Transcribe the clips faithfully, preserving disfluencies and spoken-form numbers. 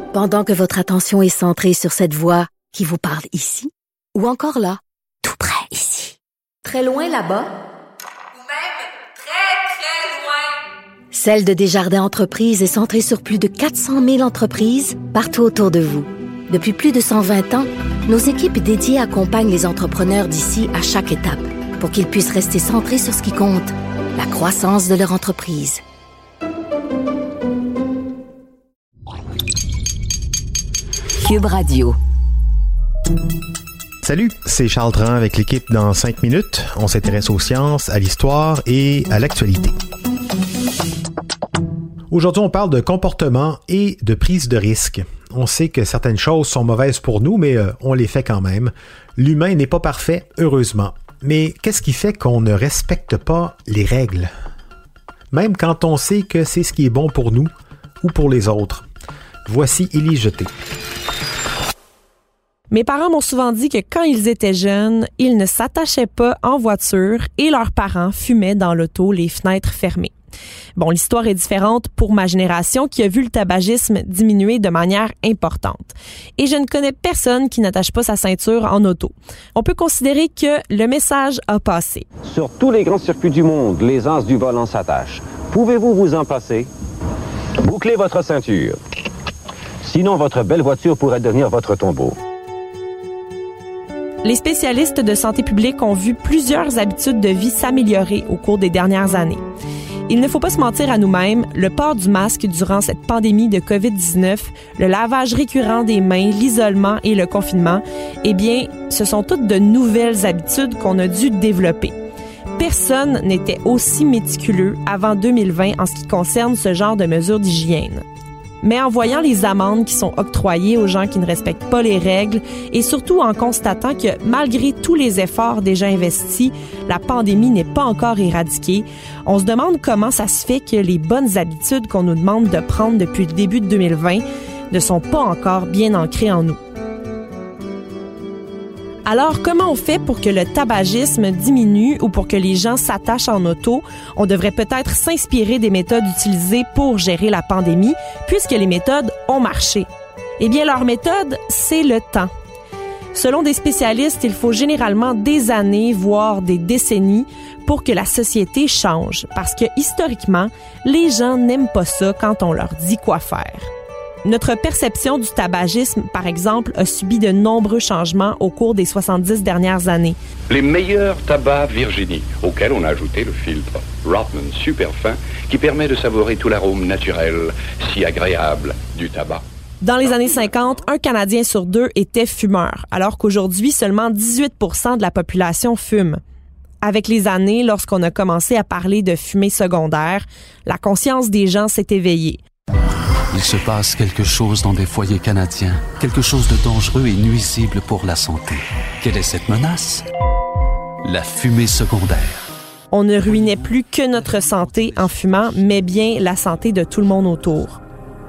Pendant que votre attention est centrée sur cette voix qui vous parle ici, ou encore là, tout près ici, très loin là-bas, ou même très, très loin. Celle de Desjardins Entreprises est centrée sur plus de quatre cent mille entreprises partout autour de vous. Depuis plus de cent vingt ans, nos équipes dédiées accompagnent les entrepreneurs d'ici à chaque étape pour qu'ils puissent rester centrés sur ce qui compte, la croissance de leur entreprise. Cube Radio. Salut, c'est Charles Tran avec l'équipe dans cinq minutes. On s'intéresse aux sciences, à l'histoire et à l'actualité. Aujourd'hui, on parle de comportement et de prise de risque. On sait que certaines choses sont mauvaises pour nous, mais euh, on les fait quand même. L'humain n'est pas parfait, heureusement. Mais qu'est-ce qui fait qu'on ne respecte pas les règles? Même quand on sait que c'est ce qui est bon pour nous ou pour les autres. Voici Élise Jeté. Mes parents m'ont souvent dit que quand ils étaient jeunes, ils ne s'attachaient pas en voiture et leurs parents fumaient dans l'auto, les fenêtres fermées. Bon, l'histoire est différente pour ma génération qui a vu le tabagisme diminuer de manière importante. Et je ne connais personne qui n'attache pas sa ceinture en auto. On peut considérer que le message a passé. Sur tous les grands circuits du monde, les as du volant s'attachent. Pouvez-vous vous en passer? Bouclez votre ceinture. Sinon, votre belle voiture pourrait devenir votre tombeau. Les spécialistes de santé publique ont vu plusieurs habitudes de vie s'améliorer au cours des dernières années. Il ne faut pas se mentir à nous-mêmes, le port du masque durant cette pandémie de covid dix-neuf, le lavage récurrent des mains, l'isolement et le confinement, eh bien, ce sont toutes de nouvelles habitudes qu'on a dû développer. Personne n'était aussi méticuleux avant deux mille vingt en ce qui concerne ce genre de mesures d'hygiène. Mais en voyant les amendes qui sont octroyées aux gens qui ne respectent pas les règles et surtout en constatant que malgré tous les efforts déjà investis, la pandémie n'est pas encore éradiquée, on se demande comment ça se fait que les bonnes habitudes qu'on nous demande de prendre depuis le début de deux mille vingt ne sont pas encore bien ancrées en nous. Alors, comment on fait pour que le tabagisme diminue ou pour que les gens s'attachent en auto? On devrait peut-être s'inspirer des méthodes utilisées pour gérer la pandémie, puisque les méthodes ont marché. Eh bien, leur méthode, c'est le temps. Selon des spécialistes, il faut généralement des années, voire des décennies, pour que la société change, parce que historiquement, les gens n'aiment pas ça quand on leur dit quoi faire. Notre perception du tabagisme, par exemple, a subi de nombreux changements au cours des soixante-dix dernières années. Les meilleurs tabacs Virginie, auxquels on a ajouté le filtre Rothman super fin, qui permet de savourer tout l'arôme naturel, si agréable du tabac. Dans les années cinquante, un Canadien sur deux était fumeur, alors qu'aujourd'hui, seulement dix-huit pour cent de la population fume. Avec les années, lorsqu'on a commencé à parler de fumée secondaire, la conscience des gens s'est éveillée. Il se passe quelque chose dans des foyers canadiens, quelque chose de dangereux et nuisible pour la santé. Quelle est cette menace? La fumée secondaire. On ne ruinait plus que notre santé en fumant, mais bien la santé de tout le monde autour.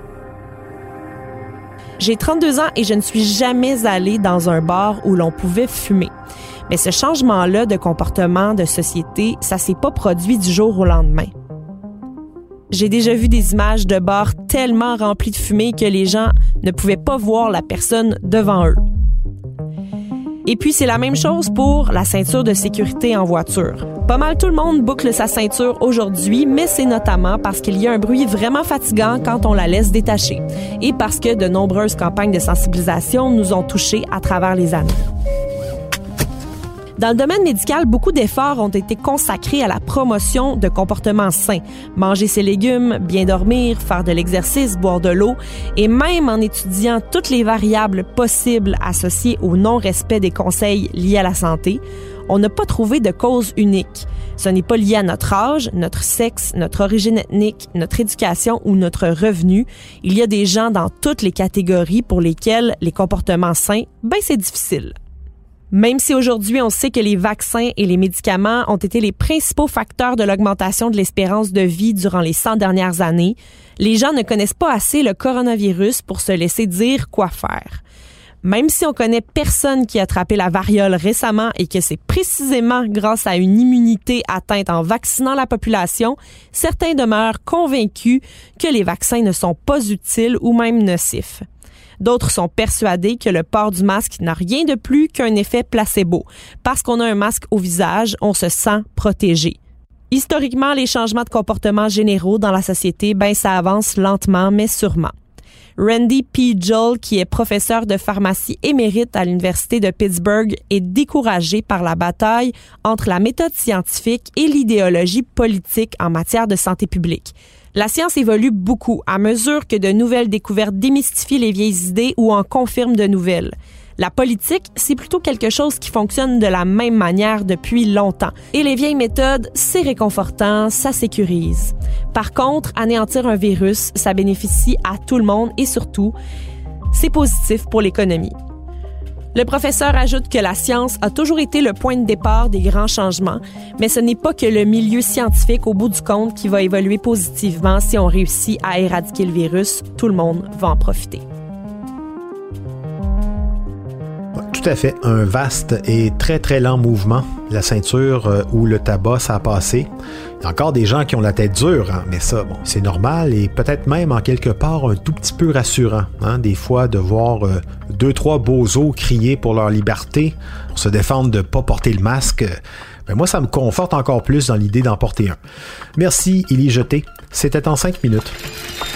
J'ai trente-deux ans et je ne suis jamais allée dans un bar où l'on pouvait fumer. Mais ce changement-là de comportement de société, ça s'est pas produit du jour au lendemain. J'ai déjà vu des images de bars tellement remplis de fumée que les gens ne pouvaient pas voir la personne devant eux. Et puis, c'est la même chose pour la ceinture de sécurité en voiture. Pas mal tout le monde boucle sa ceinture aujourd'hui, mais c'est notamment parce qu'il y a un bruit vraiment fatigant quand on la laisse détacher et parce que de nombreuses campagnes de sensibilisation nous ont touchés à travers les années. Dans le domaine médical, beaucoup d'efforts ont été consacrés à la promotion de comportements sains. Manger ses légumes, bien dormir, faire de l'exercice, boire de l'eau. Et même en étudiant toutes les variables possibles associées au non-respect des conseils liés à la santé, on n'a pas trouvé de cause unique. Ce n'est pas lié à notre âge, notre sexe, notre origine ethnique, notre éducation ou notre revenu. Il y a des gens dans toutes les catégories pour lesquels les comportements sains, ben c'est difficile. Même si aujourd'hui, on sait que les vaccins et les médicaments ont été les principaux facteurs de l'augmentation de l'espérance de vie durant les cent dernières années, les gens ne connaissent pas assez le coronavirus pour se laisser dire quoi faire. Même si on connaît personne qui a attrapé la variole récemment et que c'est précisément grâce à une immunité atteinte en vaccinant la population, certains demeurent convaincus que les vaccins ne sont pas utiles ou même nocifs. D'autres sont persuadés que le port du masque n'a rien de plus qu'un effet placebo. Parce qu'on a un masque au visage, on se sent protégé. Historiquement, les changements de comportement généraux dans la société, ben ça avance lentement mais sûrement. Randy P. Joel, qui est professeur de pharmacie émérite à l'Université de Pittsburgh, est découragé par la bataille entre la méthode scientifique et l'idéologie politique en matière de santé publique. La science évolue beaucoup à mesure que de nouvelles découvertes démystifient les vieilles idées ou en confirment de nouvelles. La politique, c'est plutôt quelque chose qui fonctionne de la même manière depuis longtemps. Et les vieilles méthodes, c'est réconfortant, ça sécurise. Par contre, anéantir un virus, ça bénéficie à tout le monde et surtout, c'est positif pour l'économie. Le professeur ajoute que la science a toujours été le point de départ des grands changements, mais ce n'est pas que le milieu scientifique, au bout du compte, qui va évoluer positivement si on réussit à éradiquer le virus. Tout le monde va en profiter. Tout à fait. Un vaste et très, très lent mouvement. La ceinture euh, ou le tabac, ça a passé. Il y a encore des gens qui ont la tête dure, hein, mais ça, bon, c'est normal et peut-être même en quelque part un tout petit peu rassurant. Hein, des fois, de voir euh, deux, trois bozos crier pour leur liberté, pour se défendre de ne pas porter le masque. Ben moi, ça me conforte encore plus dans l'idée d'en porter un. Merci, Élie Jeté. C'était en cinq minutes.